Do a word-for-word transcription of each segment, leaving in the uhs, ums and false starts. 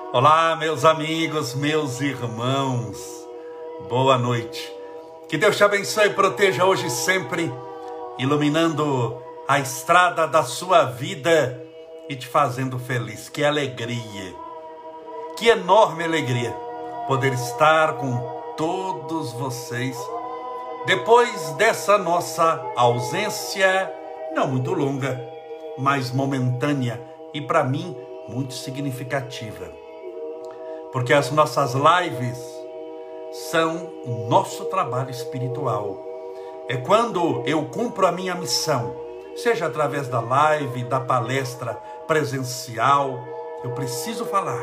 Olá, meus amigos, meus irmãos, boa noite. Que Deus te abençoe e proteja hoje e sempre, iluminando a estrada da sua vida e te fazendo feliz. Que alegria, que enorme alegria poder estar com todos vocês depois dessa nossa ausência, não muito longa, mas momentânea e para mim muito significativa. Porque as nossas lives são o nosso trabalho espiritual. É quando eu cumpro a minha missão, seja através da live, da palestra presencial, eu preciso falar.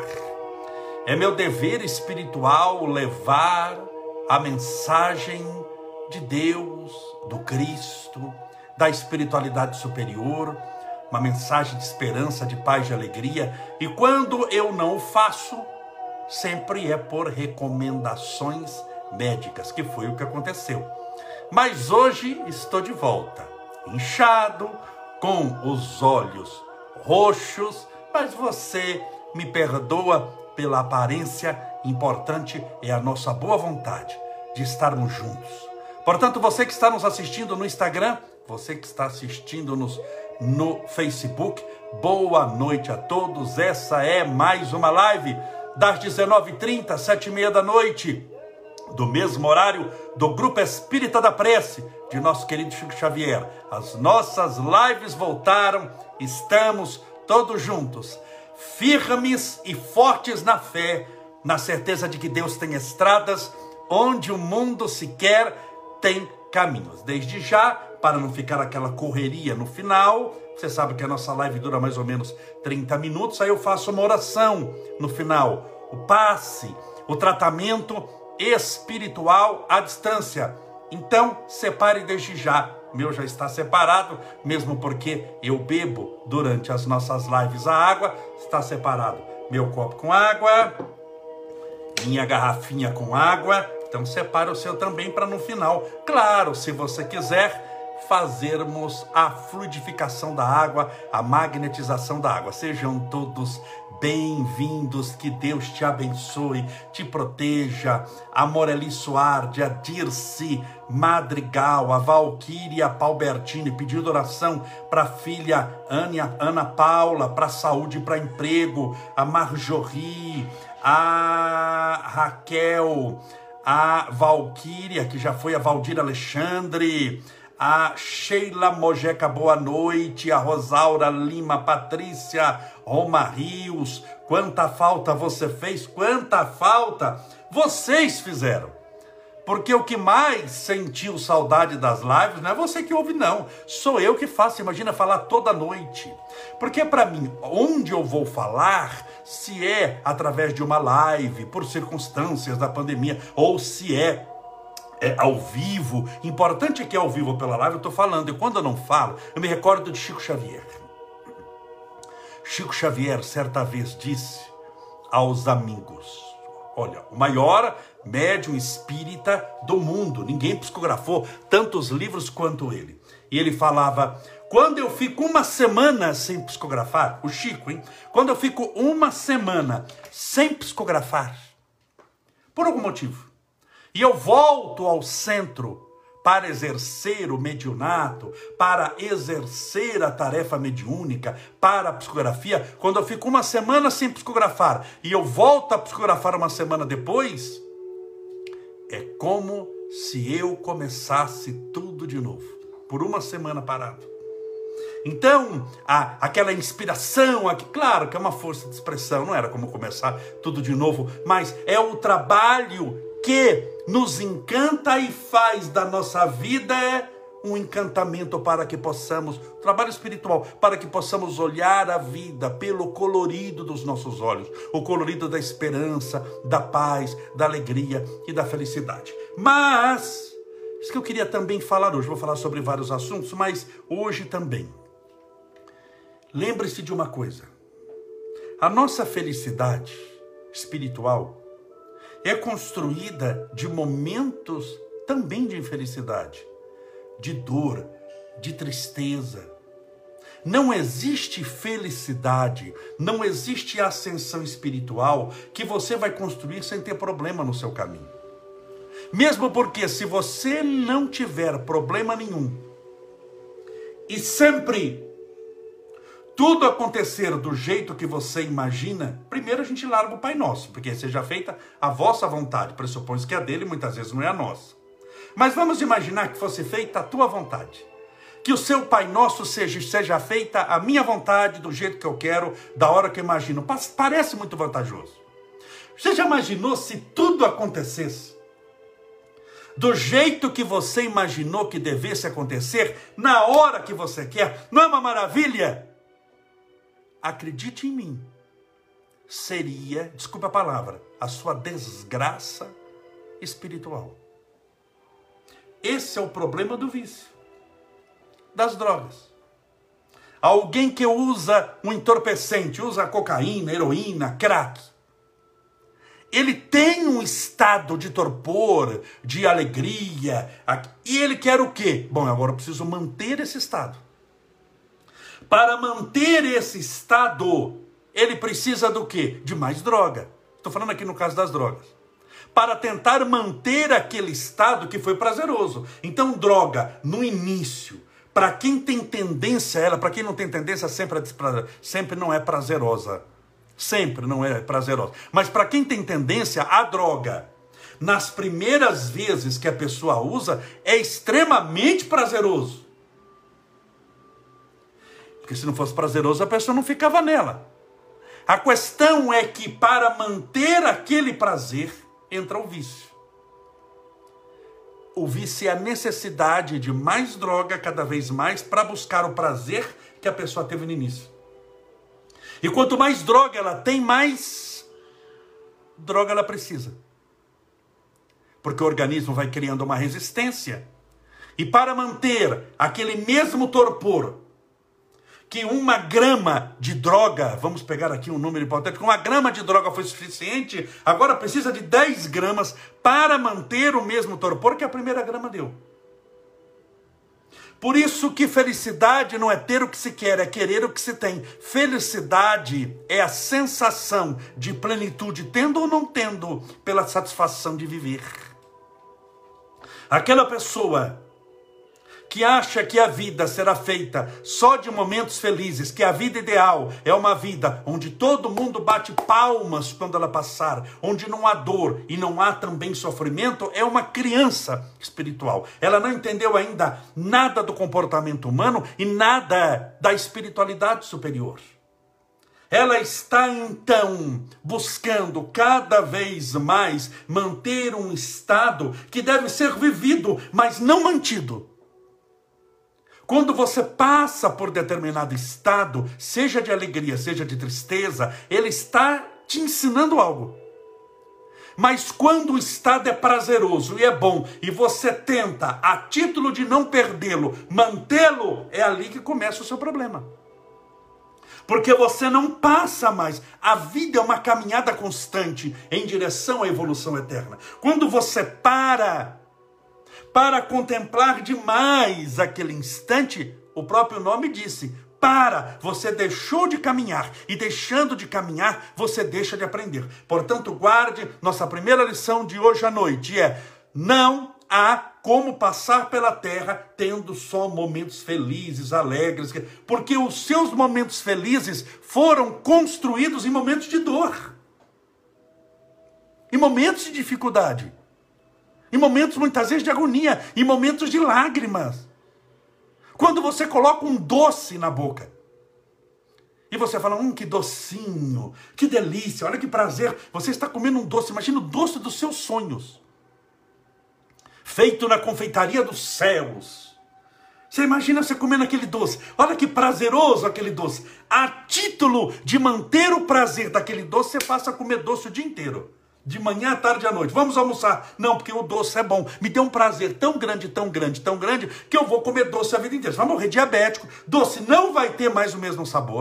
É meu dever espiritual levar a mensagem de Deus, do Cristo, da espiritualidade superior, uma mensagem de esperança, de paz, de alegria. E quando eu não o faço, sempre é por recomendações médicas, que foi o que aconteceu. Mas hoje estou de volta, inchado, com os olhos roxos, mas você me perdoa pela aparência. Importante é a nossa boa vontade de estarmos juntos. Portanto, você que está nos assistindo no Instagram, você que está assistindo-nos no Facebook, boa noite a todos. Essa é mais uma live das dezenove e trinta, sete e meia da noite, do mesmo horário do Grupo Espírita da Prece, de nosso querido Chico Xavier. As nossas lives voltaram, estamos todos juntos, firmes e fortes na fé, na certeza de que Deus tem estradas onde o mundo sequer tem caminhos. Desde já, para não ficar aquela correria no final, você sabe que a nossa live dura mais ou menos trinta minutos, aí eu faço uma oração no final, o passe, o tratamento espiritual à distância. Então, separe desde já. O meu já está separado, mesmo porque eu bebo durante as nossas lives a água, está separado meu copo com água, minha garrafinha com água. Então separa o seu também para no final, claro, se você quiser, fazermos a fluidificação da água, a magnetização da água. Sejam todos bem-vindos, que Deus te abençoe, te proteja. A Moreli Soardi, a Dirce Madrigal, a Valquíria Palbertini, pedindo oração para a filha Ana, Ana Paula, para saúde e para emprego. A Marjorie, a Raquel, a Valquíria, que já foi a Valdir Alexandre, a Sheila Mojeca, boa noite, a Rosaura Lima, a Patrícia Roma Rios, quanta falta você fez, quanta falta vocês fizeram, porque o que mais sentiu saudade das lives não é você que ouve não, sou eu que faço. Imagina falar toda noite, porque para mim, onde eu vou falar, se é através de uma live, por circunstâncias da pandemia, ou se é É, ao vivo, importante é que é ao vivo pela live, eu estou falando, e quando eu não falo, eu me recordo de Chico Xavier. Chico Xavier certa vez disse aos amigos, olha, o maior médium espírita do mundo, ninguém psicografou tantos livros quanto ele, e ele falava, quando eu fico uma semana sem psicografar, o Chico, hein? Quando eu fico uma semana sem psicografar, por algum motivo, e eu volto ao centro para exercer o mediunato, para exercer a tarefa mediúnica, para a psicografia, quando eu fico uma semana sem psicografar e eu volto a psicografar uma semana depois, é como se eu começasse tudo de novo, por uma semana parado. Então, a, aquela inspiração, aqui, claro que é uma força de expressão, não era como começar tudo de novo, mas é o trabalho que nos encanta e faz da nossa vida um encantamento para que possamos, trabalho espiritual, para que possamos olhar a vida pelo colorido dos nossos olhos, o colorido da esperança, da paz, da alegria e da felicidade. Mas, isso que eu queria também falar hoje, vou falar sobre vários assuntos, mas hoje também. Lembre-se de uma coisa, a nossa felicidade espiritual é construída de momentos também de infelicidade, de dor, de tristeza. Não existe felicidade, não existe ascensão espiritual que você vai construir sem ter problema no seu caminho. Mesmo porque se você não tiver problema nenhum, e sempre tudo acontecer do jeito que você imagina, primeiro a gente larga o Pai Nosso, porque seja feita a vossa vontade, pressupõe que é a dele, muitas vezes não é a nossa. Mas vamos imaginar que fosse feita a tua vontade. Que o seu Pai Nosso seja, seja feita a minha vontade, do jeito que eu quero, da hora que eu imagino. Parece muito vantajoso. Você já imaginou se tudo acontecesse do jeito que você imaginou que devesse acontecer, na hora que você quer? Não é uma maravilha? Acredite em mim, seria, desculpa a palavra, a sua desgraça espiritual. Esse é o problema do vício, das drogas. Alguém que usa um entorpecente, usa cocaína, heroína, crack, ele tem um estado de torpor, de alegria, e ele quer o quê? Bom, agora eu preciso manter esse estado. Para manter esse estado, ele precisa do quê? De mais droga. Estou falando aqui no caso das drogas. Para tentar manter aquele estado que foi prazeroso. Então, droga, no início, para quem tem tendência a ela, para quem não tem tendência, sempre, é sempre não é prazerosa. Sempre não é prazerosa. Mas para quem tem tendência, a droga, nas primeiras vezes que a pessoa usa, é extremamente prazeroso. Porque se não fosse prazeroso, a pessoa não ficava nela. A questão é que para manter aquele prazer, entra o vício. O vício é a necessidade de mais droga, cada vez mais, para buscar o prazer que a pessoa teve no início. E quanto mais droga ela tem, mais droga ela precisa. Porque o organismo vai criando uma resistência. E para manter aquele mesmo torpor, que uma grama de droga, vamos pegar aqui um número hipotético, uma grama de droga foi suficiente, agora precisa de dez gramas para manter o mesmo torpor que a primeira grama deu. Por isso que felicidade não é ter o que se quer, é querer o que se tem. Felicidade é a sensação de plenitude, tendo ou não tendo, pela satisfação de viver. Aquela pessoa que acha que a vida será feita só de momentos felizes, que a vida ideal é uma vida onde todo mundo bate palmas quando ela passar, onde não há dor e não há também sofrimento, é uma criança espiritual. Ela não entendeu ainda nada do comportamento humano e nada da espiritualidade superior. Ela está então buscando cada vez mais manter um estado que deve ser vivido, mas não mantido. Quando você passa por determinado estado, seja de alegria, seja de tristeza, ele está te ensinando algo. Mas quando o estado é prazeroso e é bom, e você tenta, a título de não perdê-lo, mantê-lo, é ali que começa o seu problema. Porque você não passa mais. A vida é uma caminhada constante em direção à evolução eterna. Quando você para para contemplar demais aquele instante, o próprio nome disse, para, você deixou de caminhar, e deixando de caminhar, você deixa de aprender. Portanto, guarde, nossa primeira lição de hoje à noite é, não há como passar pela terra tendo só momentos felizes, alegres, porque os seus momentos felizes foram construídos em momentos de dor, em momentos de dificuldade, em momentos muitas vezes de agonia, em momentos de lágrimas. Quando você coloca um doce na boca, e você fala, hum, que docinho, que delícia, olha que prazer, você está comendo um doce, imagina o doce dos seus sonhos, feito na confeitaria dos céus. Você imagina você comendo aquele doce, olha que prazeroso aquele doce. A título de manter o prazer daquele doce, você passa a comer doce o dia inteiro. De manhã, à tarde e à noite. Vamos almoçar. Não, porque o doce é bom. Me deu um prazer tão grande, tão grande, tão grande, que eu vou comer doce a vida inteira. Você vai morrer diabético. Doce não vai ter mais o mesmo sabor.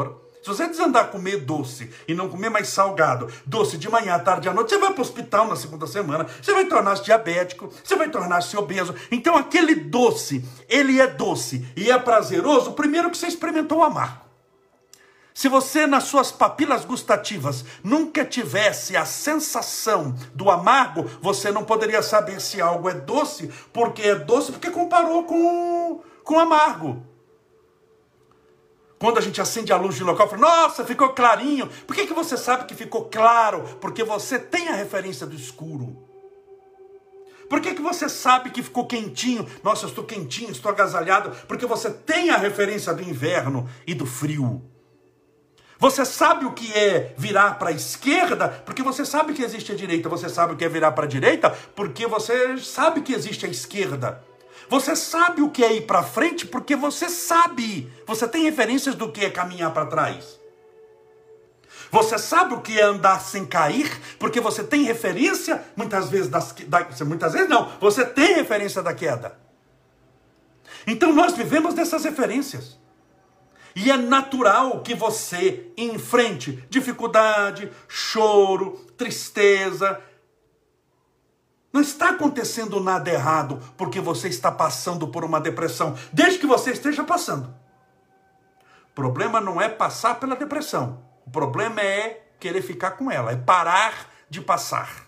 Se você desandar a comer doce e não comer mais salgado, doce de manhã, à tarde e à noite, você vai para o hospital na segunda semana, você vai tornar-se diabético, você vai tornar-se obeso. Então aquele doce, ele é doce e é prazeroso, primeiro que você experimentou o amargo. Se você nas suas papilas gustativas nunca tivesse a sensação do amargo, você não poderia saber se algo é doce, porque é doce, porque comparou com, com amargo. Quando a gente acende a luz de local, fala, nossa, ficou clarinho. Por que, que você sabe que ficou claro? Porque você tem a referência do escuro. Por que, que você sabe que ficou quentinho? Nossa, eu estou quentinho, estou agasalhado. Porque você tem a referência do inverno e do frio. Você sabe o que é virar para a esquerda, porque você sabe que existe a direita. Você sabe o que é virar para a direita, porque você sabe que existe a esquerda. Você sabe o que é ir para frente porque você sabe. Você tem referências do que é caminhar para trás. Você sabe o que é andar sem cair porque você tem referência, muitas vezes, das, da, muitas vezes não, você tem referência da queda. Então nós vivemos dessas referências. E é natural que você enfrente dificuldade, choro, tristeza. Não está acontecendo nada errado porque você está passando por uma depressão, desde que você esteja passando. O problema não é passar pela depressão. O problema é querer ficar com ela, é parar de passar.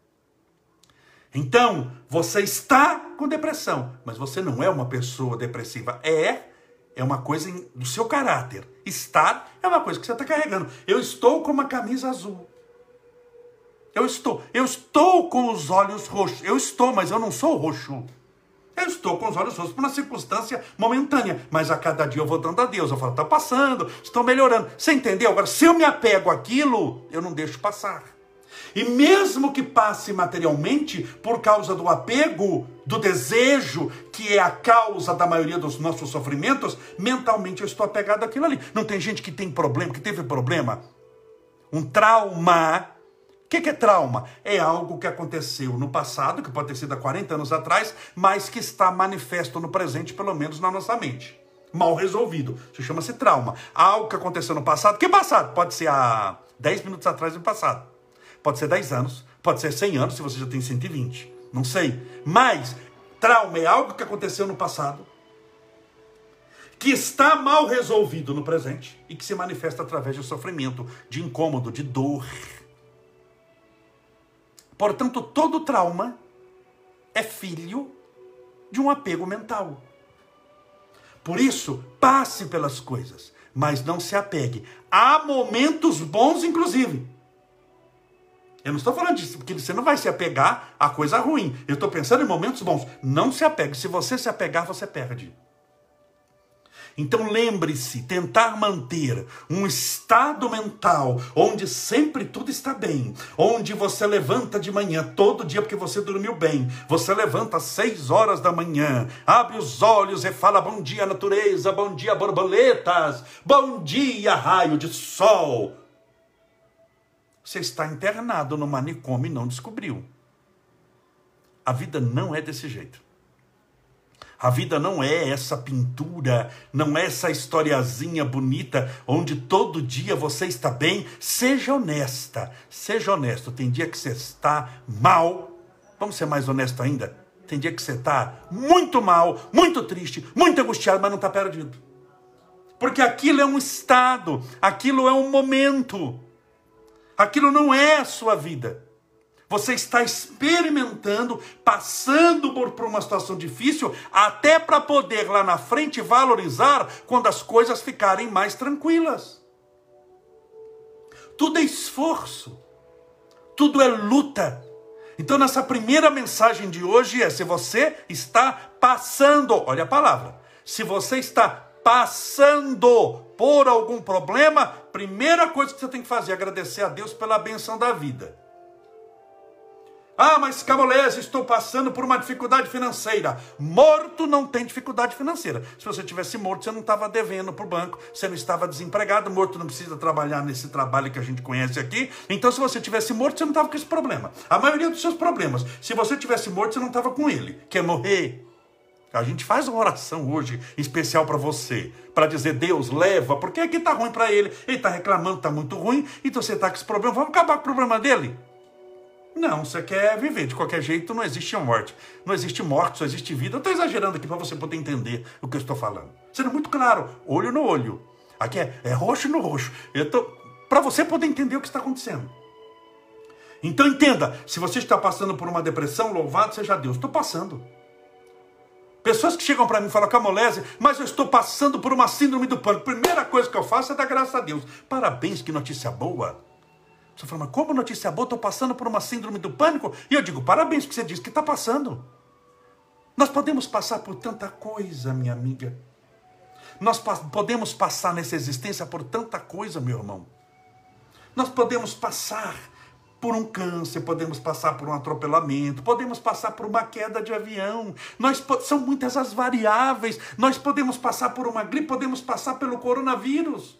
Então, você está com depressão, mas você não é uma pessoa depressiva. É, é uma coisa do seu caráter. Estar é uma coisa que você está carregando. Eu estou com uma camisa azul. Eu estou, eu estou com os olhos roxos. Eu estou, mas eu não sou roxo. Eu estou com os olhos roxos por uma circunstância momentânea. Mas a cada dia eu vou dando a Deus. Eu falo, está passando, estou melhorando. Você entendeu? Agora, se eu me apego àquilo, eu não deixo passar. E mesmo que passe materialmente, por causa do apego, do desejo, que é a causa da maioria dos nossos sofrimentos, mentalmente eu estou apegado àquilo ali. Não tem gente que tem problema, que teve problema? Um trauma. O que, que é trauma? É algo que aconteceu no passado, que pode ter sido há quarenta anos atrás, mas que está manifesto no presente, pelo menos na nossa mente. Mal resolvido. Isso chama-se trauma. Algo que aconteceu no passado. Que passado? Pode ser há dez minutos atrás do passado. Pode ser dez anos. Pode ser cem anos, se você já tem cento e vinte. Não sei. Mas trauma é algo que aconteceu no passado, que está mal resolvido no presente e que se manifesta através de sofrimento, de incômodo, de dor. Portanto, todo trauma é filho de um apego mental. Por isso, passe pelas coisas, mas não se apegue. Há momentos bons, inclusive. Eu não estou falando disso, porque você não vai se apegar a coisa ruim. Eu estou pensando em momentos bons. Não se apegue. Se você se apegar, você perde. Então lembre-se, tentar manter um estado mental onde sempre tudo está bem, onde você levanta de manhã todo dia porque você dormiu bem, você levanta às seis horas da manhã, abre os olhos e fala bom dia natureza, bom dia borboletas, bom dia raio de sol. Você está internado no manicômio e não descobriu. A vida não é desse jeito. A vida não é essa pintura, não é essa historiazinha bonita, onde todo dia você está bem. Seja honesta, seja honesto. Tem dia que você está mal, vamos ser mais honestos ainda. Tem dia que você está muito mal, muito triste, muito angustiado, mas não está perdido. Porque aquilo é um estado, aquilo é um momento. Aquilo não é a sua vida. Você está experimentando, passando por, por uma situação difícil, até para poder lá na frente valorizar quando as coisas ficarem mais tranquilas. Tudo é esforço, tudo é luta. Então nessa primeira mensagem de hoje é, se você está passando, olha a palavra, se você está passando por algum problema, primeira coisa que você tem que fazer é agradecer a Deus pela benção da vida. Ah, mas Camolese, estou passando por uma dificuldade financeira. Morto não tem dificuldade financeira. Se você tivesse morto, você não estava devendo para o banco, você não estava desempregado, morto não precisa trabalhar nesse trabalho que a gente conhece aqui. Então, se você tivesse morto, você não estava com esse problema. A maioria dos seus problemas, se você tivesse morto, você não estava com ele. Quer morrer? A gente faz uma oração hoje especial para você, para dizer, Deus, leva, porque aqui está ruim para ele, ele está reclamando, está muito ruim, então você está com esse problema, vamos acabar com o problema dele. Não, você quer viver, de qualquer jeito não existe morte, não existe morte, só existe vida. Eu estou exagerando aqui para você poder entender o que eu estou falando. Sendo muito claro, olho no olho, aqui é, é roxo no roxo, eu tô, para você poder entender o que está acontecendo. Então entenda, se você está passando por uma depressão, louvado seja Deus, estou passando. Pessoas que chegam para mim e falam, Camolese, mas eu estou passando por uma síndrome do pânico. Primeira coisa que eu faço é dar graças a Deus. Parabéns, que notícia boa. Você fala, mas como notícia boa? Estou passando por uma síndrome do pânico? E eu digo, parabéns, porque você diz que está passando. Nós podemos passar por tanta coisa, minha amiga. Nós podemos passar nessa existência por tanta coisa, meu irmão. Nós podemos passar por um câncer, podemos passar por um atropelamento, podemos passar por uma queda de avião. Nós, são muitas as variáveis. Nós podemos passar por uma gripe, podemos passar pelo coronavírus.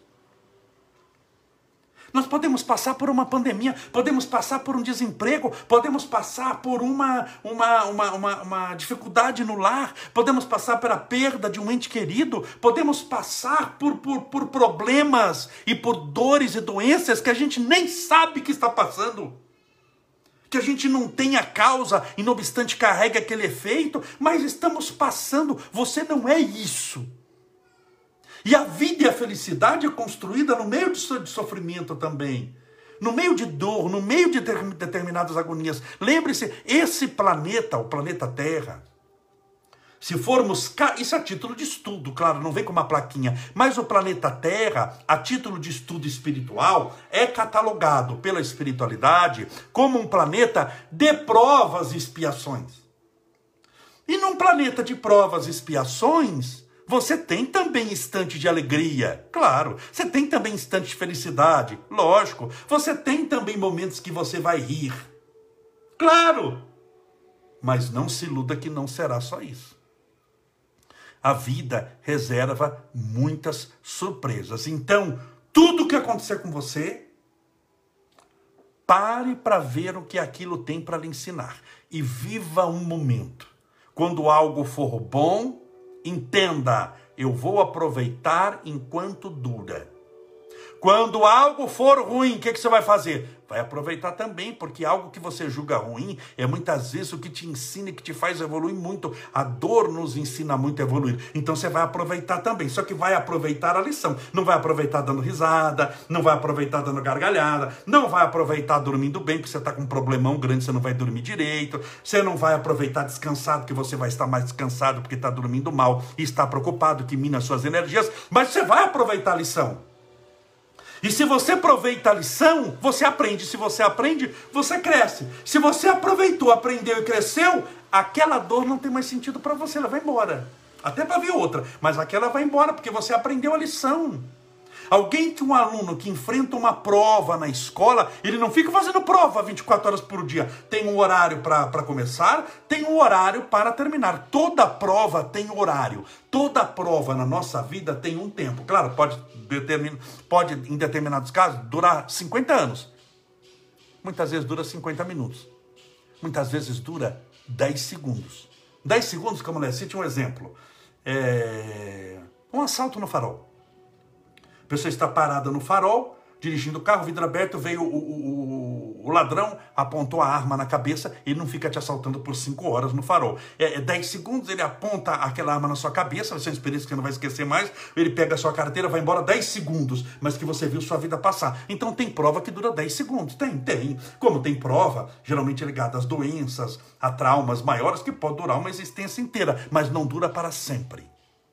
Nós podemos passar por uma pandemia, podemos passar por um desemprego, podemos passar por uma, uma, uma, uma, uma dificuldade no lar, podemos passar pela perda de um ente querido, podemos passar por, por, por problemas e por dores e doenças que a gente nem sabe que está passando. Que a gente não tem a causa e não obstante carrega aquele efeito, mas estamos passando. Você não é isso. E a vida e a felicidade é construída no meio de sofrimento também. No meio de dor, no meio de determinadas agonias. Lembre-se, esse planeta, o planeta Terra, se formos... Isso é a título de estudo, claro, não vem com uma plaquinha. Mas o planeta Terra, a título de estudo espiritual, é catalogado pela espiritualidade como um planeta de provas e expiações. E num planeta de provas e expiações... Você tem também instante de alegria, claro. Você tem também instante de felicidade, lógico. Você tem também momentos que você vai rir, claro. Mas não se iluda que não será só isso. A vida reserva muitas surpresas. Então, tudo que acontecer com você, pare para ver o que aquilo tem para lhe ensinar. E viva um momento. Quando algo for bom, entenda, eu vou aproveitar enquanto dura. Quando algo for ruim, o que, que você vai fazer? Vai aproveitar também, porque algo que você julga ruim é muitas vezes o que te ensina e que te faz evoluir muito. A dor nos ensina muito a evoluir. Então você vai aproveitar também, só que vai aproveitar a lição. Não vai aproveitar dando risada, não vai aproveitar dando gargalhada, não vai aproveitar dormindo bem, porque você está com um problemão grande, você não vai dormir direito. Você não vai aproveitar descansado, porque você vai estar mais descansado, porque está dormindo mal e está preocupado, que mina suas energias. Mas você vai aproveitar a lição. E se você aproveita a lição, você aprende. Se você aprende, você cresce. Se você aproveitou, aprendeu e cresceu, aquela dor não tem mais sentido para você, ela vai embora. Até para ver outra, mas aquela vai embora porque você aprendeu a lição. Alguém que um aluno que enfrenta uma prova na escola, ele não fica fazendo prova vinte e quatro horas por dia. Tem um horário para começar, tem um horário para terminar. Toda prova tem horário. Toda prova na nossa vida tem um tempo. Claro, pode, determin, pode em determinados casos, durar cinquenta anos. Muitas vezes dura cinquenta minutos. Muitas vezes dura dez segundos. dez segundos, como eu cite um exemplo. É... Um assalto no farol. A pessoa está parada no farol, dirigindo o carro, vidro aberto, veio o, o, o, o ladrão, apontou a arma na cabeça, ele não fica te assaltando por cinco horas no farol. É, é dez segundos, ele aponta aquela arma na sua cabeça, vai ser uma experiência que você não vai esquecer mais, ele pega a sua carteira, vai embora dez segundos, mas que você viu sua vida passar. Então tem prova que dura dez segundos, tem, tem. Como tem prova, geralmente ligada às doenças, a traumas maiores, que pode durar uma existência inteira, mas não dura para sempre.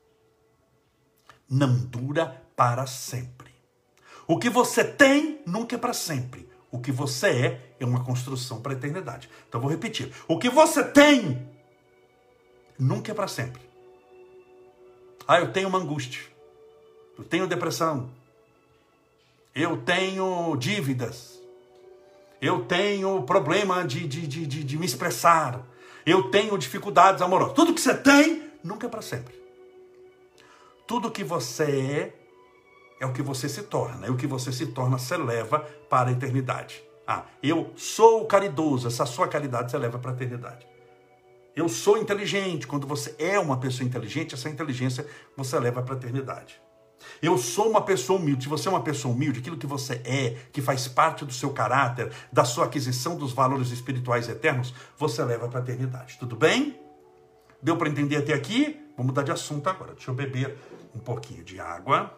Não dura para sempre. O que você tem nunca é para sempre. O que você é é uma construção para a eternidade. Então vou repetir. O que você tem nunca é para sempre. Ah, eu tenho uma angústia. Eu tenho depressão. Eu tenho dívidas. Eu tenho problema de, de, de, de, de me expressar. Eu tenho dificuldades amorosas. Tudo que você tem nunca é para sempre. Tudo que você é, é o que você se torna. E o que você se torna, você leva para a eternidade. Ah, eu sou caridoso. Essa sua caridade você leva para a eternidade. Eu sou inteligente. Quando você é uma pessoa inteligente, essa inteligência você leva para a eternidade. Eu sou uma pessoa humilde. Se você é uma pessoa humilde, aquilo que você é, que faz parte do seu caráter, da sua aquisição dos valores espirituais eternos, você leva para a eternidade. Tudo bem? Deu para entender até aqui? Vou mudar de assunto agora. Deixa eu beber um pouquinho de água.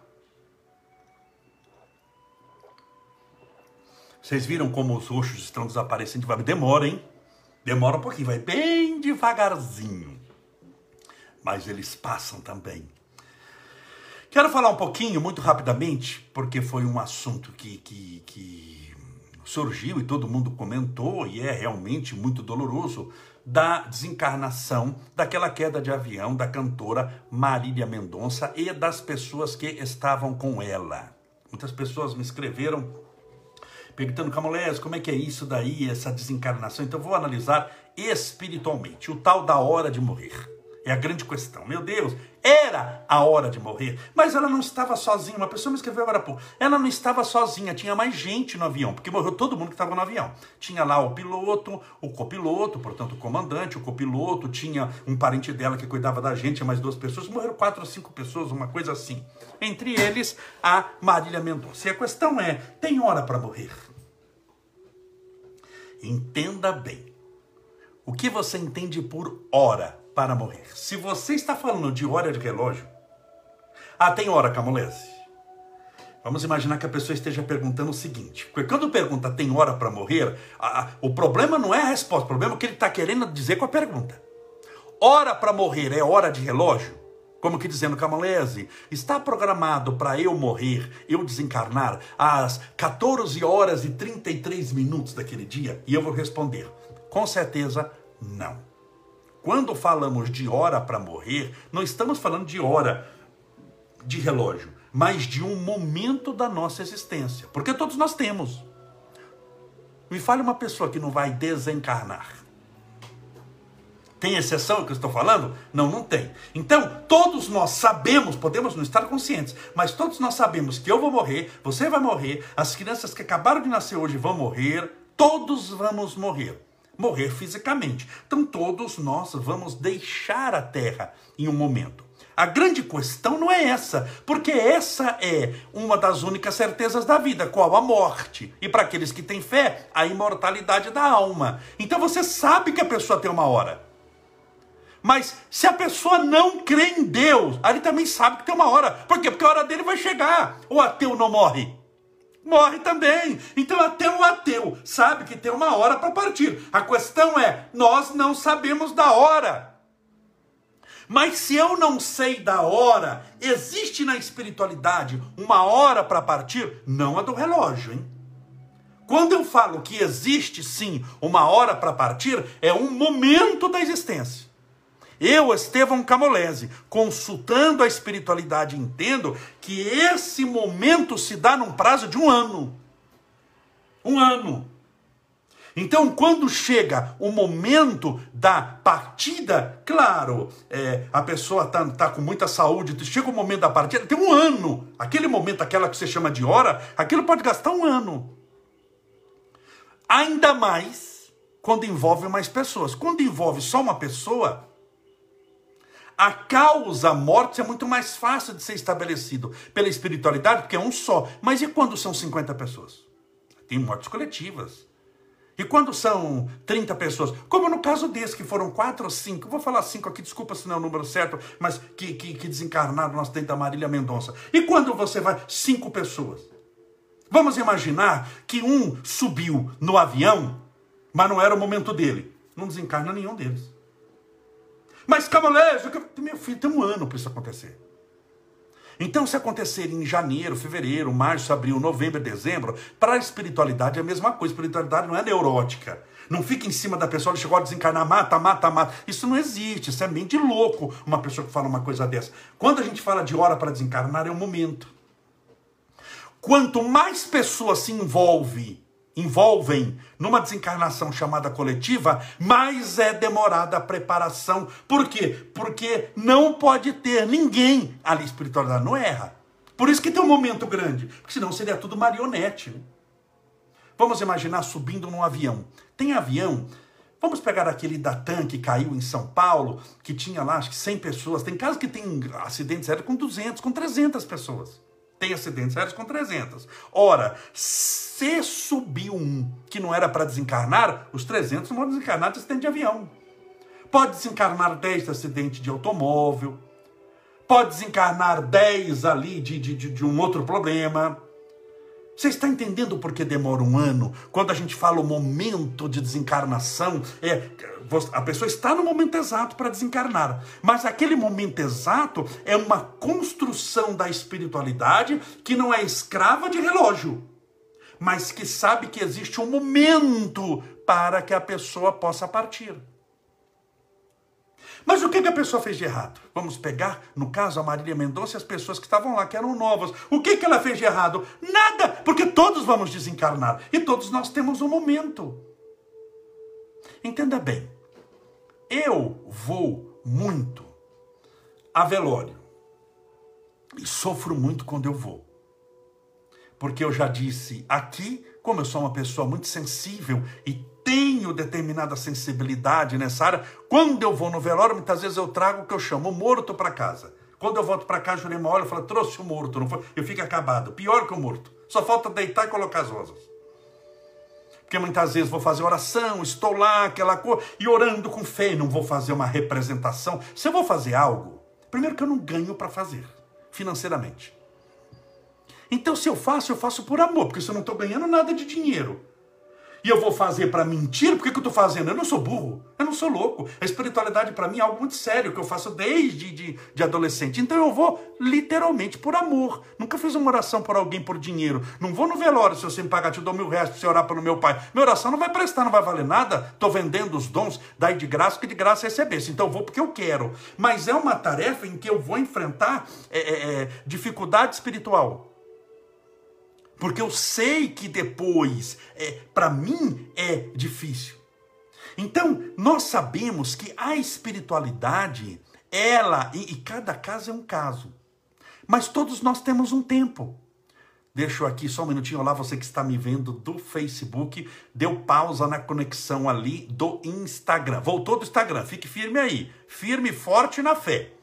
Vocês viram como os roxos estão desaparecendo? Demora, hein? Demora um pouquinho, vai bem devagarzinho. Mas eles passam também. Quero falar um pouquinho, muito rapidamente, porque foi um assunto que, que, que surgiu e todo mundo comentou, e é realmente muito doloroso, da desencarnação, daquela queda de avião da cantora Marília Mendonça e das pessoas que estavam com ela. Muitas pessoas me escreveram perguntando, Camolés, como é que é isso daí, essa desencarnação? Então eu vou analisar espiritualmente, o tal da hora de morrer. É a grande questão. Meu Deus, era a hora de morrer, mas ela não estava sozinha. Uma pessoa me escreveu agora há pouco. Ela não estava sozinha, tinha mais gente no avião, porque morreu todo mundo que estava no avião. Tinha lá o piloto, o copiloto, portanto o comandante, o copiloto, tinha um parente dela que cuidava da gente, mais duas pessoas, morreram quatro ou cinco pessoas, uma coisa assim. Entre eles, a Marília Mendonça. E a questão é, tem hora para morrer? Entenda bem. O que você entende por hora para morrer? Se você está falando de hora de relógio, ah, tem hora, Camolés. Vamos imaginar que a pessoa esteja perguntando o seguinte, porque quando pergunta tem hora para morrer, a, a, o problema não é a resposta, o problema é o que ele está querendo dizer com a pergunta. Hora para morrer é hora de relógio? Como que dizendo, Camolés, está programado para eu morrer, eu desencarnar às quatorze horas e trinta e três minutos daquele dia? E eu vou responder, com certeza não. Quando falamos de hora para morrer, não estamos falando de hora de relógio, mas de um momento da nossa existência. Porque todos nós temos. Me fale uma pessoa que não vai desencarnar. Tem exceção ao que eu estou falando? Não, não tem. Então, todos nós sabemos, podemos não estar conscientes, mas todos nós sabemos que eu vou morrer, você vai morrer, as crianças que acabaram de nascer hoje vão morrer, todos vamos morrer. Morrer fisicamente. Então todos nós vamos deixar a Terra em um momento. A grande questão não é essa, porque essa é uma das únicas certezas da vida, qual a morte. E para aqueles que têm fé, a imortalidade da alma. Então você sabe que a pessoa tem uma hora. Mas se a pessoa não crê em Deus, ele também sabe que tem uma hora. Por quê? Porque a hora dele vai chegar. O ateu não morre. Morre também. Então até o ateu sabe que tem uma hora para partir. A questão é, nós não sabemos da hora. Mas se eu não sei da hora, existe na espiritualidade uma hora para partir? Não a do relógio, hein? Quando eu falo que existe sim uma hora para partir, é um momento da existência. Eu, Estevão Camolese, consultando a espiritualidade, entendo que esse momento se dá num prazo de um ano. Um ano. Então, quando chega o momento da partida, claro, é, a pessoa está tá com muita saúde, chega o momento da partida, tem um ano. Aquele momento, aquela que você chama de hora, aquilo pode gastar um ano. Ainda mais quando envolve mais pessoas. Quando envolve só uma pessoa, a causa morte é muito mais fácil de ser estabelecido pela espiritualidade, porque é um só. Mas e quando são cinquenta pessoas? Tem mortes coletivas. E quando são trinta pessoas? Como no caso desse, que foram quatro ou cinco. Vou falar cinco aqui, desculpa se não é o número certo, mas que, que, que desencarnaram no acidente da Marília Mendonça. E quando você vai? Cinco pessoas. Vamos imaginar que um subiu no avião, mas não era o momento dele. Não desencarna nenhum deles. Mas, Camolés, meu filho, tem um ano para isso acontecer. Então, se acontecer em janeiro, fevereiro, março, abril, novembro, dezembro, para a espiritualidade é a mesma coisa. A espiritualidade não é neurótica. Não fica em cima da pessoa, ele chegou a desencarnar, mata, mata, mata. Isso não existe, isso é meio de louco, uma pessoa que fala uma coisa dessa. Quando a gente fala de hora para desencarnar, é um momento. Quanto mais pessoas se envolvem, envolvem numa desencarnação chamada coletiva, mais é demorada a preparação. Por quê? Porque não pode ter ninguém. Ali a espiritualidade não erra. Por isso que tem um momento grande, porque senão seria tudo marionete. Né? Vamos imaginar subindo num avião. Tem avião, Vamos pegar aquele Datan que caiu em São Paulo, que tinha lá, acho que cem pessoas. Tem casos que tem acidentes aéreos com duzentas, com trezentas pessoas. Tem acidentes aéreos com trezentas. Ora, se subiu um que não era para desencarnar, os trezentos não vão desencarnar de acidente de avião. Pode desencarnar dez de acidente de automóvel. Pode desencarnar dez ali de, de, de, de um outro problema. Você está entendendo por que demora um ano? Quando a gente fala o momento de desencarnação, é, a pessoa está no momento exato para desencarnar. Mas aquele momento exato é uma construção da espiritualidade que não é escrava de relógio, mas que sabe que existe um momento para que a pessoa possa partir. Mas o que que a pessoa fez de errado? Vamos pegar, no caso, a Marília Mendonça e as pessoas que estavam lá, que eram novas. O que que ela fez de errado? Nada, porque todos vamos desencarnar. E todos nós temos um momento. Entenda bem. Eu vou muito a velório. E sofro muito quando eu vou. Porque eu já disse aqui, como eu sou uma pessoa muito sensível e tenho determinada sensibilidade nessa área, quando eu vou no velório, muitas vezes eu trago o que eu chamo morto para casa. Quando eu volto para casa, a Jurema olha e fala, trouxe o morto, não foi? Eu fico acabado, pior que o morto. Só falta deitar e colocar as rosas. Porque muitas vezes vou fazer oração, estou lá, aquela coisa, e orando com fé, não vou fazer uma representação. Se eu vou fazer algo, primeiro que eu não ganho para fazer, financeiramente. Então se eu faço, eu faço por amor, porque se eu não estou ganhando nada de dinheiro, e eu vou fazer para mentir, por que que eu estou fazendo? Eu não sou burro, eu não sou louco. A espiritualidade para mim é algo muito sério, que eu faço desde de, de adolescente. Então eu vou literalmente por amor. Nunca fiz uma oração por alguém por dinheiro. Não vou no velório, se você me pagar, te dou mil reais para você orar pelo meu pai. Minha oração não vai prestar, não vai valer nada. Estou vendendo os dons, daí de graça, que de graça recebesse. Então eu vou porque eu quero. Mas é uma tarefa em que eu vou enfrentar é, é, é, dificuldade espiritual. Porque eu sei que depois, é, para mim, é difícil. Então, nós sabemos que a espiritualidade, ela, e, e cada caso é um caso. Mas todos nós temos um tempo. Deixa eu aqui só um minutinho. Olá, você que está me vendo do Facebook. Deu pausa na conexão ali do Instagram. Voltou do Instagram. Fique firme aí. Firme e forte na fé.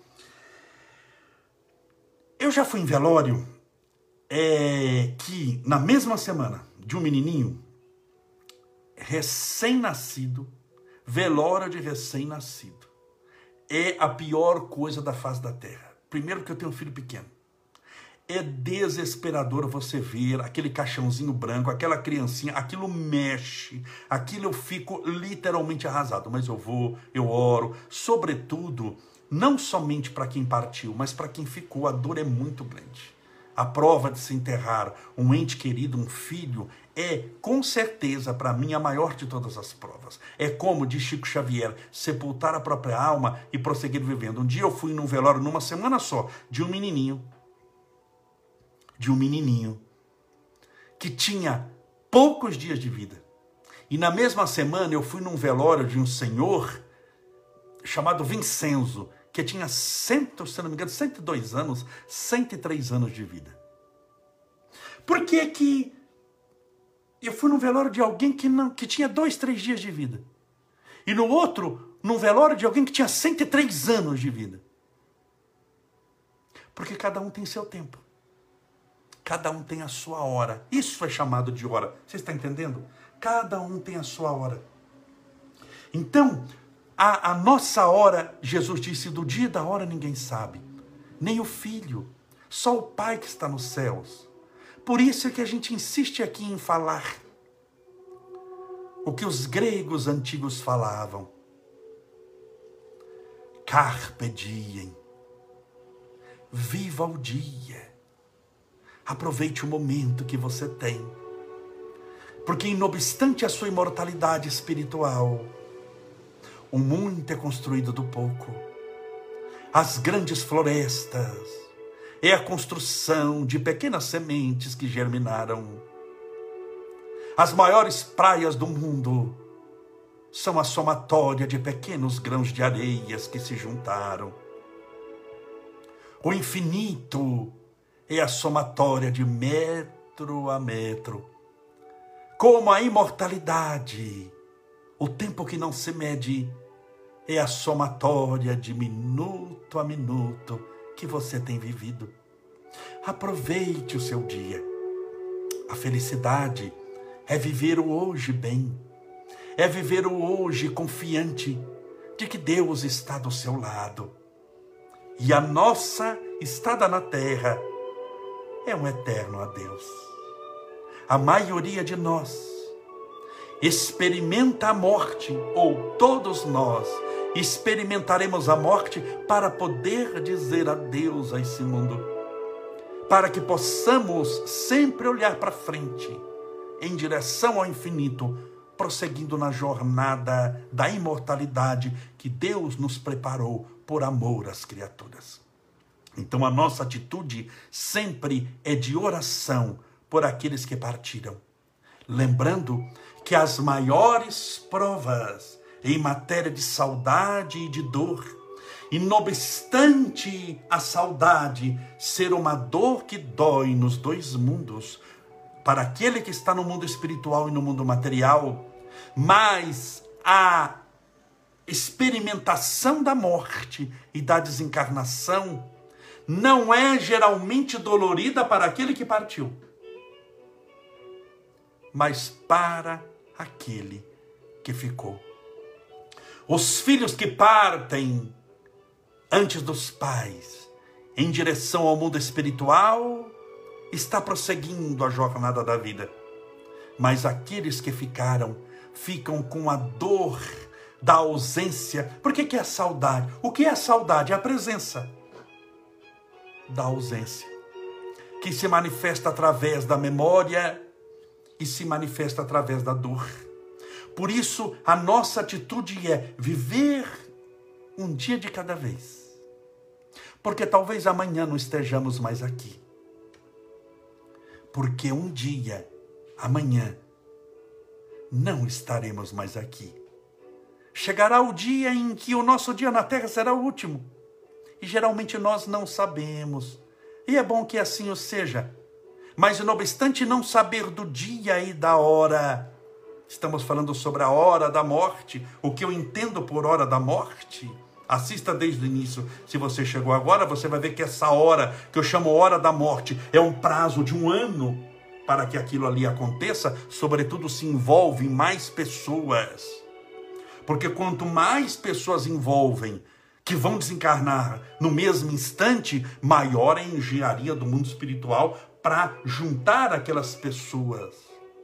Eu já fui em velório. É que na mesma semana de um menininho recém-nascido, velório de recém-nascido, é a pior coisa da face da terra. Primeiro que eu tenho um filho pequeno. É desesperador você ver aquele caixãozinho branco, aquela criancinha, aquilo mexe, aquilo eu fico literalmente arrasado. Mas eu vou, eu oro, sobretudo, não somente para quem partiu, mas para quem ficou, a dor é muito grande. A prova de se enterrar um ente querido, um filho, é, com certeza, para mim, a maior de todas as provas. É como, diz Chico Xavier, sepultar a própria alma e prosseguir vivendo. Um dia eu fui num velório, numa semana só, de um menininho, de um menininho, que tinha poucos dias de vida. E na mesma semana eu fui num velório de um senhor chamado Vincenzo, que tinha, cento, se não me engano, cento e dois anos, cento e três anos de vida. Por que que eu fui num velório de alguém que, não, que tinha dois, três dias de vida? E no outro, num velório de alguém que tinha cento e três anos de vida? Porque cada um tem seu tempo. Cada um tem a sua hora. Isso é chamado de hora. Você está entendendo? Cada um tem a sua hora. Então, A, a nossa hora, Jesus disse, do dia e da hora ninguém sabe, nem o Filho, só o Pai que está nos céus. Por isso é que a gente insiste aqui em falar o que os gregos antigos falavam. Carpe diem, viva o dia, aproveite o momento que você tem, porque não obstante a sua imortalidade espiritual, o muito é construído do pouco. As grandes florestas é a construção de pequenas sementes que germinaram. As maiores praias do mundo são a somatória de pequenos grãos de areias que se juntaram. O infinito é a somatória de metro a metro. Como a imortalidade, O tempo que não se mede é a somatória de minuto a minuto que você tem vivido. Aproveite o seu dia. A felicidade é viver o hoje bem. É viver o hoje confiante de que Deus está do seu lado. E a nossa estada na terra é um eterno adeus. A maioria de nós experimenta a morte, ou todos nós experimentaremos a morte para poder dizer adeus a esse mundo, para que possamos sempre olhar para frente, em direção ao infinito, prosseguindo na jornada da imortalidade que Deus nos preparou por amor às criaturas. Então a nossa atitude sempre é de oração por aqueles que partiram, lembrando que as maiores provas em matéria de saudade e de dor, e não obstante a saudade ser uma dor que dói nos dois mundos, para aquele que está no mundo espiritual e no mundo material, mas a experimentação da morte e da desencarnação não é geralmente dolorida para aquele que partiu, mas para aquele que ficou. Os filhos que partem antes dos pais, em direção ao mundo espiritual, está prosseguindo a jornada da vida. Mas aqueles que ficaram, ficam com a dor da ausência. Por que que é a saudade? O que é a saudade? É a presença da ausência, que se manifesta através da memória e se manifesta através da dor. Por isso, a nossa atitude é viver um dia de cada vez. Porque talvez amanhã não estejamos mais aqui. Porque um dia, amanhã, não estaremos mais aqui. Chegará o dia em que o nosso dia na Terra será o último. E geralmente nós não sabemos. E é bom que assim o seja. Mas não obstante não saber do dia e da hora, estamos falando sobre a hora da morte. O que eu entendo por hora da morte, assista desde o início. Se você chegou agora, você vai ver que essa hora, que eu chamo hora da morte, é um prazo de um ano para que aquilo ali aconteça. Sobretudo se envolve mais pessoas. Porque quanto mais pessoas envolvem, que vão desencarnar no mesmo instante, maior é a engenharia do mundo espiritual para juntar aquelas pessoas.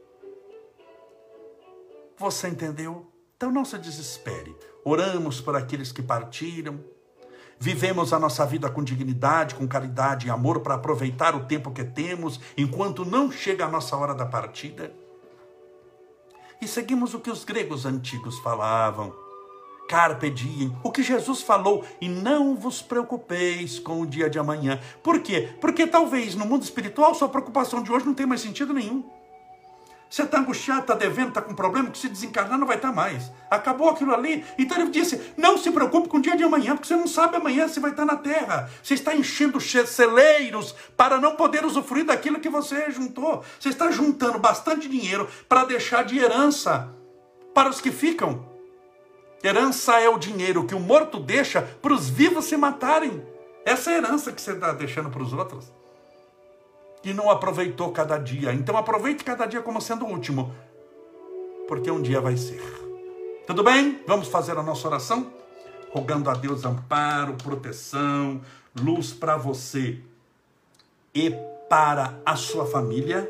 Você entendeu? Então não se desespere. Oramos por aqueles que partiram. Vivemos a nossa vida com dignidade, com caridade e amor para aproveitar o tempo que temos, enquanto não chega a nossa hora da partida. E seguimos o que os gregos antigos falavam. Carpe diem, o que Jesus falou, e não vos preocupeis com o dia de amanhã. Por quê? Porque talvez no mundo espiritual sua preocupação de hoje não tenha mais sentido nenhum. Você está angustiado, está devendo, está com problema, que se desencarnar não vai estar mais. Acabou aquilo ali. Então ele disse, não se preocupe com o dia de amanhã, porque você não sabe amanhã se vai estar na terra. Você está enchendo celeiros para não poder usufruir daquilo que você juntou. Você está juntando bastante dinheiro para deixar de herança para os que ficam. Herança é o dinheiro que o morto deixa para os vivos se matarem. Essa é a herança que você está deixando para os outros. E não aproveitou cada dia. Então aproveite cada dia como sendo o último. Porque um dia vai ser. Tudo bem? Vamos fazer a nossa oração? Rogando a Deus amparo, proteção, luz para você e para a sua família.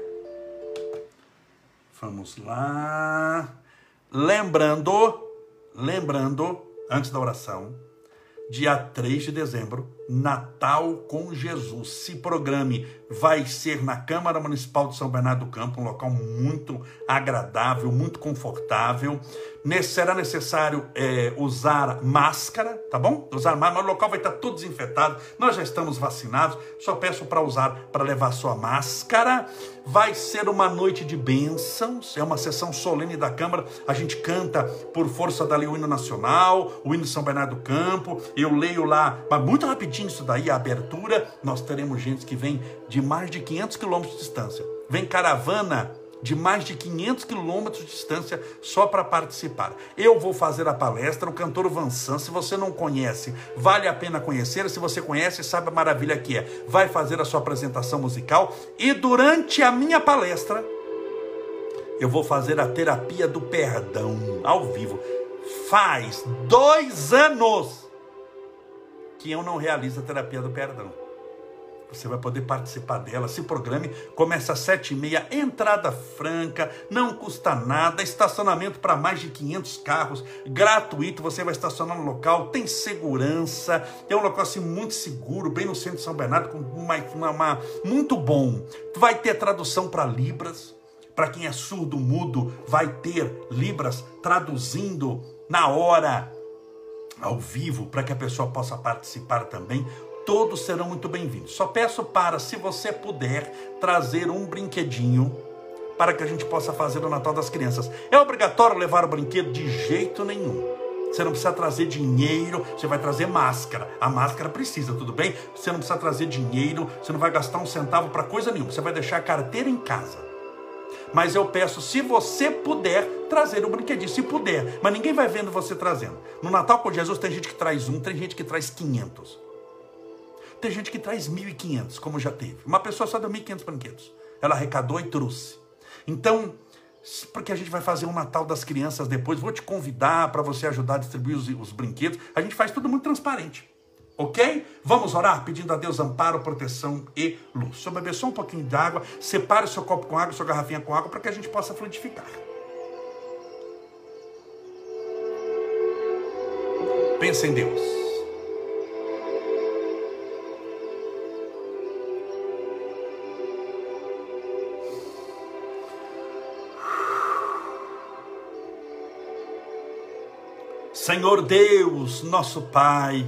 Vamos lá. Lembrando... Lembrando, antes da oração, dia três de dezembro, Natal com Jesus. Se programe, vai ser na Câmara Municipal de São Bernardo do Campo, um local muito agradável, muito confortável. Será necessário é, usar máscara, tá bom? Usar máscara, mas o local vai estar todo desinfetado. Nós já estamos vacinados, só peço para usar, para levar sua máscara. Vai ser uma noite de bênçãos, é uma sessão solene da Câmara. A gente canta por força da lei o hino nacional, o hino de São Bernardo do Campo. Eu leio lá, mas muito rapidinho isso daí, a abertura. Nós teremos gente que vem de mais de quinhentos quilômetros de distância. Vem caravana de mais de quinhentos quilômetros de distância só para participar. Eu vou fazer a palestra, o cantor Vansan. Se você não conhece, vale a pena conhecer. Se você conhece, sabe a maravilha que é. Vai fazer a sua apresentação musical e durante a minha palestra, eu vou fazer a terapia do perdão ao vivo. Faz dois anos que eu não realizo a terapia do perdão. Você vai poder participar dela, se programe, começa às sete e meia, entrada franca, não custa nada, estacionamento para mais de quinhentos carros, gratuito, você vai estacionar no local, tem segurança, é um local assim muito seguro, bem no centro de São Bernardo, com uma, uma, uma, muito bom. Vai ter tradução para Libras, para quem é surdo, mudo, vai ter Libras traduzindo na hora, ao vivo, para que a pessoa possa participar também. Todos serão muito bem-vindos. Só peço para, se você puder, trazer um brinquedinho para que a gente possa fazer o Natal das Crianças. É obrigatório levar o brinquedo? De jeito nenhum. Você não precisa trazer dinheiro, você vai trazer máscara. A máscara precisa, tudo bem? Você não precisa trazer dinheiro, você não vai gastar um centavo para coisa nenhuma. Você vai deixar a carteira em casa. Mas eu peço, se você puder, trazer o brinquedinho, se puder. Mas ninguém vai vendo você trazendo. No Natal com Jesus tem gente que traz um, tem gente que traz quinhentos. Tem gente que traz mil e quinhentos, como já teve. Uma pessoa só deu mil e quinhentos brinquedos. Ela arrecadou e trouxe. Então, porque a gente vai fazer um Natal das Crianças depois, vou te convidar para você ajudar a distribuir os, os brinquedos. A gente faz tudo muito transparente. Ok? Vamos orar pedindo a Deus amparo, proteção e luz. Se eu beber só um pouquinho de água, separe o seu copo com água, sua garrafinha com água, para que a gente possa fluidificar. Pensa em Deus. Senhor Deus, nosso Pai,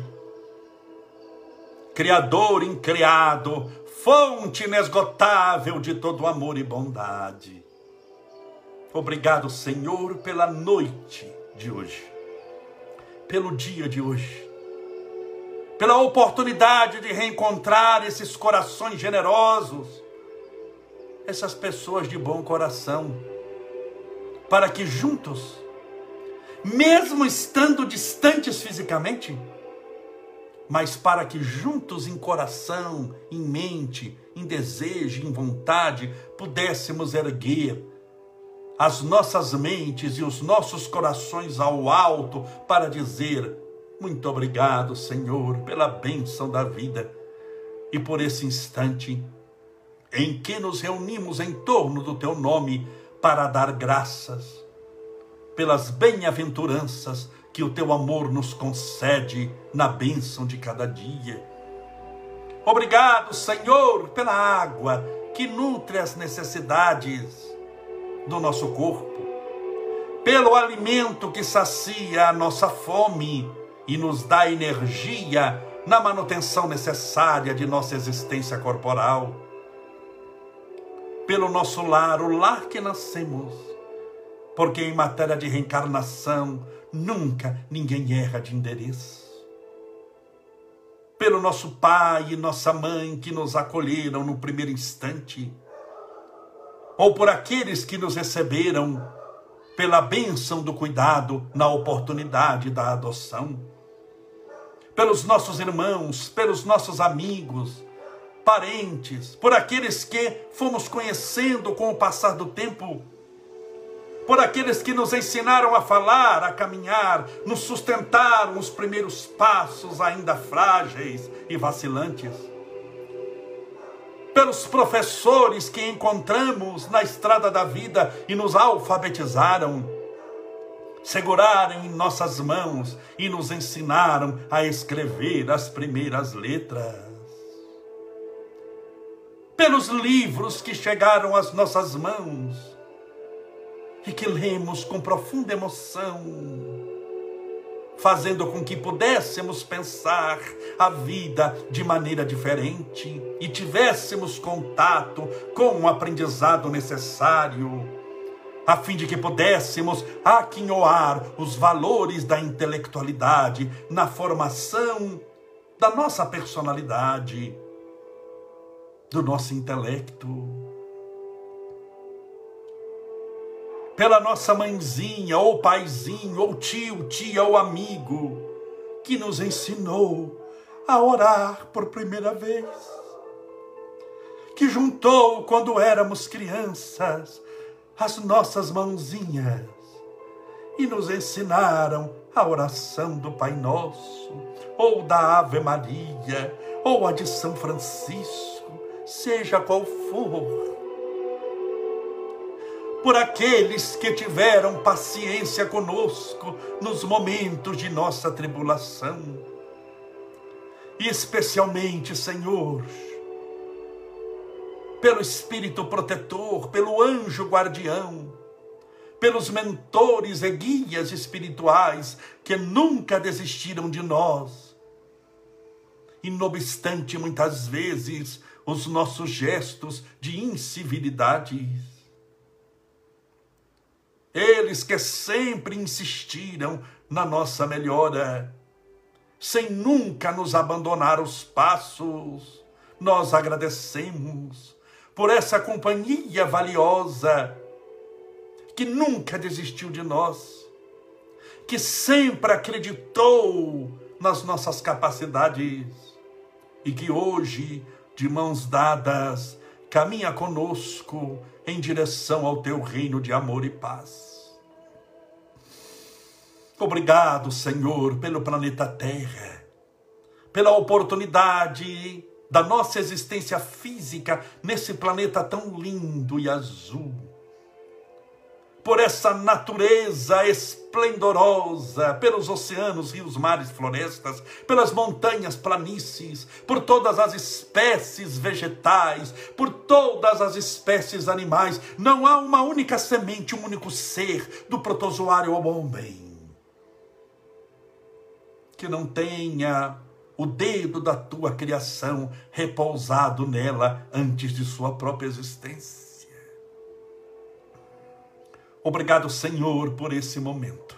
Criador incriado, fonte inesgotável de todo amor e bondade. Obrigado, Senhor, pela noite de hoje, pelo dia de hoje, pela oportunidade de reencontrar esses corações generosos, essas pessoas de bom coração, para que juntos, mesmo estando distantes fisicamente, mas para que juntos em coração, em mente, em desejo, em vontade, pudéssemos erguer as nossas mentes e os nossos corações ao alto para dizer: muito obrigado, Senhor, pela bênção da vida e por esse instante em que nos reunimos em torno do Teu nome para dar graças pelas bem-aventuranças que o Teu amor nos concede na bênção de cada dia. Obrigado, Senhor, pela água que nutre as necessidades do nosso corpo, pelo alimento que sacia a nossa fome e nos dá energia na manutenção necessária de nossa existência corporal, pelo nosso lar, o lar que nascemos, porque em matéria de reencarnação, nunca ninguém erra de endereço. Pelo nosso pai e nossa mãe que nos acolheram no primeiro instante, ou por aqueles que nos receberam pela bênção do cuidado na oportunidade da adoção, pelos nossos irmãos, pelos nossos amigos, parentes, por aqueles que fomos conhecendo com o passar do tempo, por aqueles que nos ensinaram a falar, a caminhar, nos sustentaram os primeiros passos ainda frágeis e vacilantes, pelos professores que encontramos na estrada da vida e nos alfabetizaram, seguraram em nossas mãos e nos ensinaram a escrever as primeiras letras, pelos livros que chegaram às nossas mãos e que lemos com profunda emoção, fazendo com que pudéssemos pensar a vida de maneira diferente e tivéssemos contato com o aprendizado necessário, a fim de que pudéssemos aquinhoar os valores da intelectualidade na formação da nossa personalidade, do nosso intelecto. pela nossa mãezinha, ou paizinho, ou tio, tia, ou amigo, que nos ensinou a orar por primeira vez, que juntou, quando éramos crianças, as nossas mãozinhas e nos ensinaram a oração do Pai Nosso, ou da Ave Maria, ou a de São Francisco, seja qual for. Por aqueles que tiveram paciência conosco nos momentos de nossa tribulação. E especialmente, Senhor, pelo Espírito protetor, pelo anjo guardião, pelos mentores e guias espirituais que nunca desistiram de nós. E não obstante, muitas vezes, os nossos gestos de incivilidades. Eles que sempre insistiram na nossa melhora, sem nunca nos abandonar os passos. Nós agradecemos por essa companhia valiosa, que nunca desistiu de nós, que sempre acreditou nas nossas capacidades e que hoje, de mãos dadas, caminha conosco em direção ao teu reino de amor e paz. Obrigado, Senhor, pelo planeta Terra, pela oportunidade da nossa existência física nesse planeta tão lindo e azul, por essa natureza esplendorosa, pelos oceanos, rios, mares, florestas, pelas montanhas, planícies, por todas as espécies vegetais, por todas as espécies animais. Não há uma única semente, um único ser, do protozoário ao homem, que não tenha o dedo da tua criação repousado nela antes de sua própria existência. Obrigado, Senhor, por esse momento.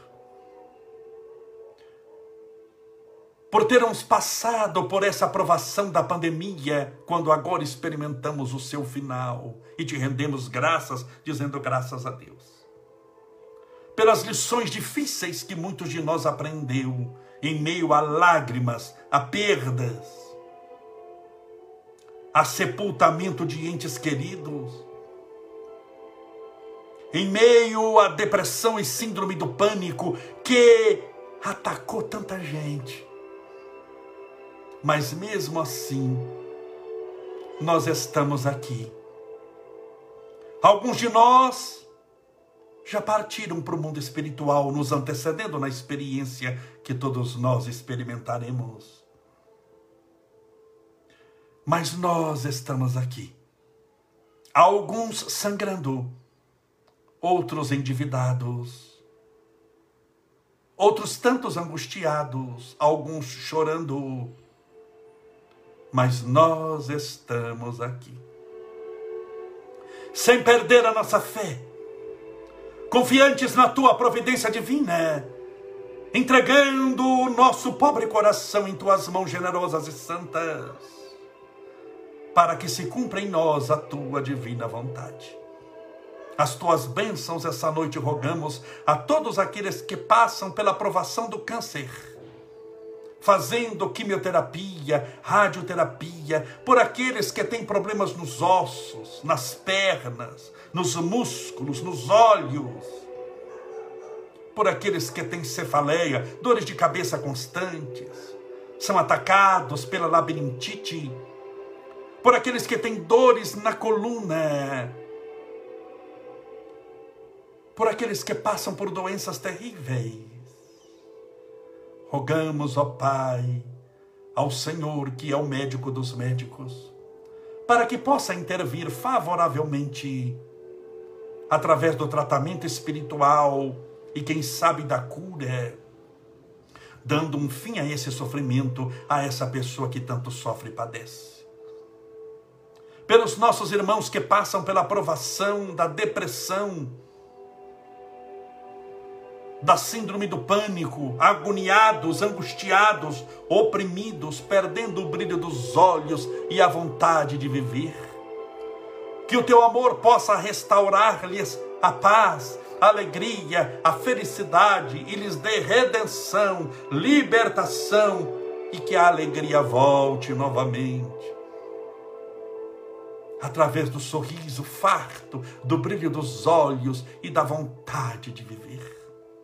Por termos passado por essa provação da pandemia, quando agora experimentamos o seu final e te rendemos graças, dizendo graças a Deus. Pelas lições difíceis que muitos de nós aprendeu, em meio a lágrimas, a perdas, a sepultamento de entes queridos, em meio à depressão e síndrome do pânico que atacou tanta gente. Mas mesmo assim, nós estamos aqui. Alguns de nós já partiram para o mundo espiritual, nos antecedendo na experiência que todos nós experimentaremos. Mas nós estamos aqui. Alguns sangrando, outros endividados, outros tantos angustiados, alguns chorando. Mas nós estamos aqui, sem perder a nossa fé, confiantes na tua providência divina, entregando o nosso pobre coração em tuas mãos generosas e santas, para que se cumpra em nós a tua divina vontade. As tuas bênçãos essa noite rogamos a todos aqueles que passam pela provação do câncer, fazendo quimioterapia, radioterapia, por aqueles que têm problemas nos ossos, nas pernas, nos músculos, nos olhos, por aqueles que têm cefaleia, dores de cabeça constantes, são atacados pela labirintite, por aqueles que têm dores na coluna, por aqueles que passam por doenças terríveis. Rogamos, ó Pai, ao Senhor, que é o médico dos médicos, para que possa intervir favoravelmente, através do tratamento espiritual e, quem sabe, da cura, dando um fim a esse sofrimento, a essa pessoa que tanto sofre e padece. Pelos nossos irmãos que passam pela provação da depressão, da síndrome do pânico, agoniados, angustiados, oprimidos, perdendo o brilho dos olhos e a vontade de viver. Que o teu amor possa restaurar-lhes a paz, a alegria, a felicidade e lhes dê redenção, libertação e que a alegria volte novamente. Através do sorriso farto, do brilho dos olhos e da vontade de viver.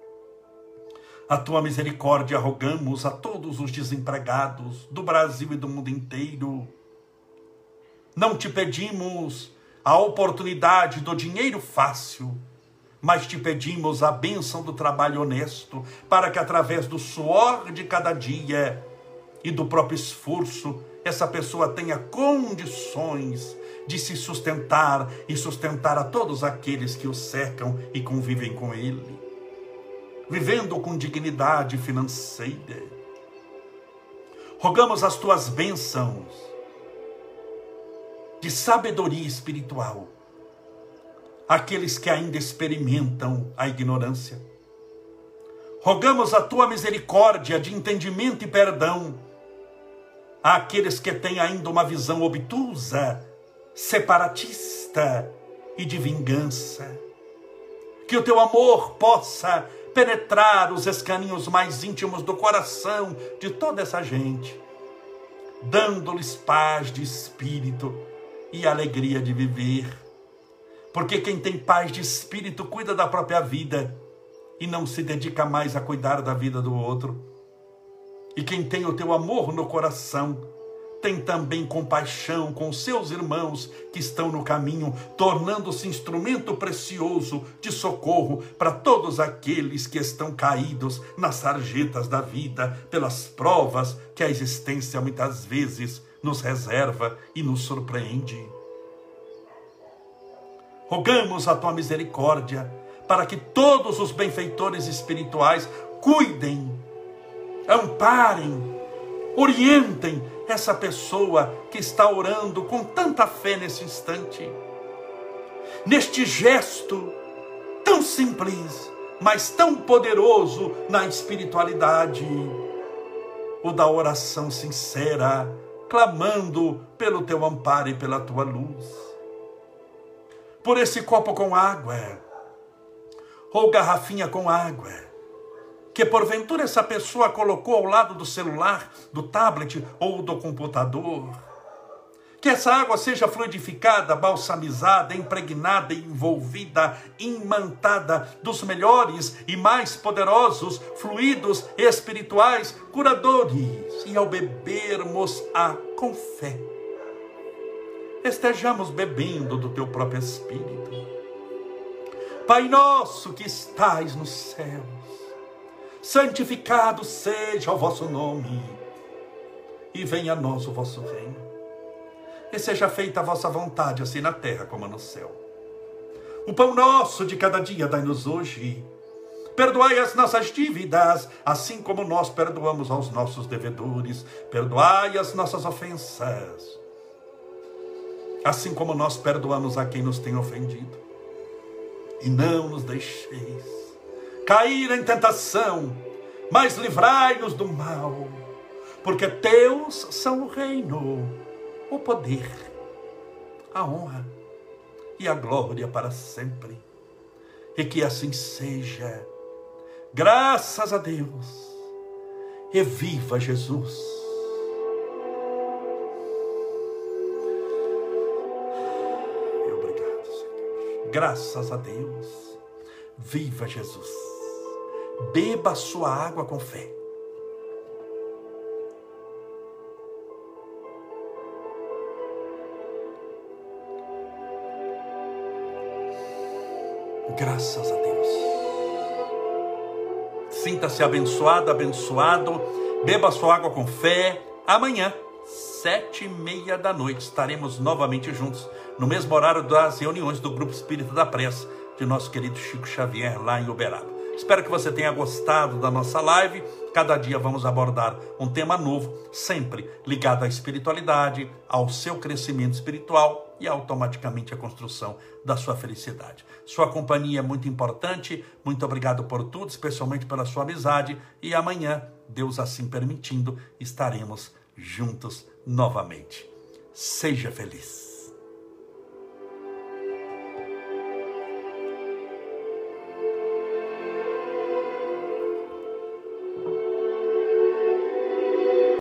A tua misericórdia rogamos a todos os desempregados do Brasil e do mundo inteiro. Não te pedimos a oportunidade do dinheiro fácil, mas te pedimos a bênção do trabalho honesto, para que através do suor de cada dia e do próprio esforço, essa pessoa tenha condições de se sustentar e sustentar a todos aqueles que o cercam e convivem com ele, vivendo com dignidade financeira. Rogamos as tuas bênçãos de sabedoria espiritual àqueles que ainda experimentam a ignorância. Rogamos a tua misericórdia de entendimento e perdão àqueles que têm ainda uma visão obtusa, separatista e de vingança. Que o teu amor possa penetrar os escaninhos mais íntimos do coração de toda essa gente, dando-lhes paz de espírito e alegria de viver. Porque quem tem paz de espírito cuida da própria vida e não se dedica mais a cuidar da vida do outro. E quem tem o teu amor no coração tem também compaixão com seus irmãos que estão no caminho, tornando-se instrumento precioso de socorro para todos aqueles que estão caídos nas sarjetas da vida, pelas provas que a existência muitas vezes nos reserva e nos surpreende. Rogamos a tua misericórdia para que todos os benfeitores espirituais cuidem, amparem, orientem essa pessoa que está orando com tanta fé nesse instante, neste gesto tão simples, mas tão poderoso na espiritualidade, o da oração sincera, clamando pelo teu amparo e pela tua luz. Por esse copo com água, ou garrafinha com água, que porventura essa pessoa colocou ao lado do celular, do tablet ou do computador. Que essa água seja fluidificada, balsamizada, impregnada, envolvida, imantada dos melhores e mais poderosos fluidos espirituais curadores. E ao bebermos-a com fé, estejamos bebendo do teu próprio Espírito. Pai nosso que estais nos céus, santificado seja o vosso nome, e venha a nós o vosso reino, e seja feita a vossa vontade, assim na terra como no céu. O pão nosso de cada dia dai-nos hoje. Perdoai as nossas dívidas, assim como nós perdoamos aos nossos devedores. Perdoai as nossas ofensas, assim como nós perdoamos a quem nos tem ofendido. E não nos deixeis cair em tentação, mas livrai-nos do mal, porque teus são o reino, o poder, a honra e a glória para sempre. E que assim seja. Graças a Deus. E viva Jesus. E obrigado, Senhor. Graças a Deus. Viva Jesus. Beba a sua água com fé. Graças a Deus. Sinta-se abençoado, abençoado. Beba a sua água com fé. Amanhã, sete e meia da noite, estaremos novamente juntos, no mesmo horário das reuniões do Grupo Espírita da Prece, de nosso querido Chico Xavier, lá em Uberaba. Espero que você tenha gostado da nossa live. Cada dia vamos abordar um tema novo, sempre ligado à espiritualidade, ao seu crescimento espiritual e automaticamente à construção da sua felicidade. Sua companhia é muito importante. Muito obrigado por tudo, especialmente pela sua amizade. E amanhã, Deus assim permitindo, estaremos juntos novamente. Seja feliz.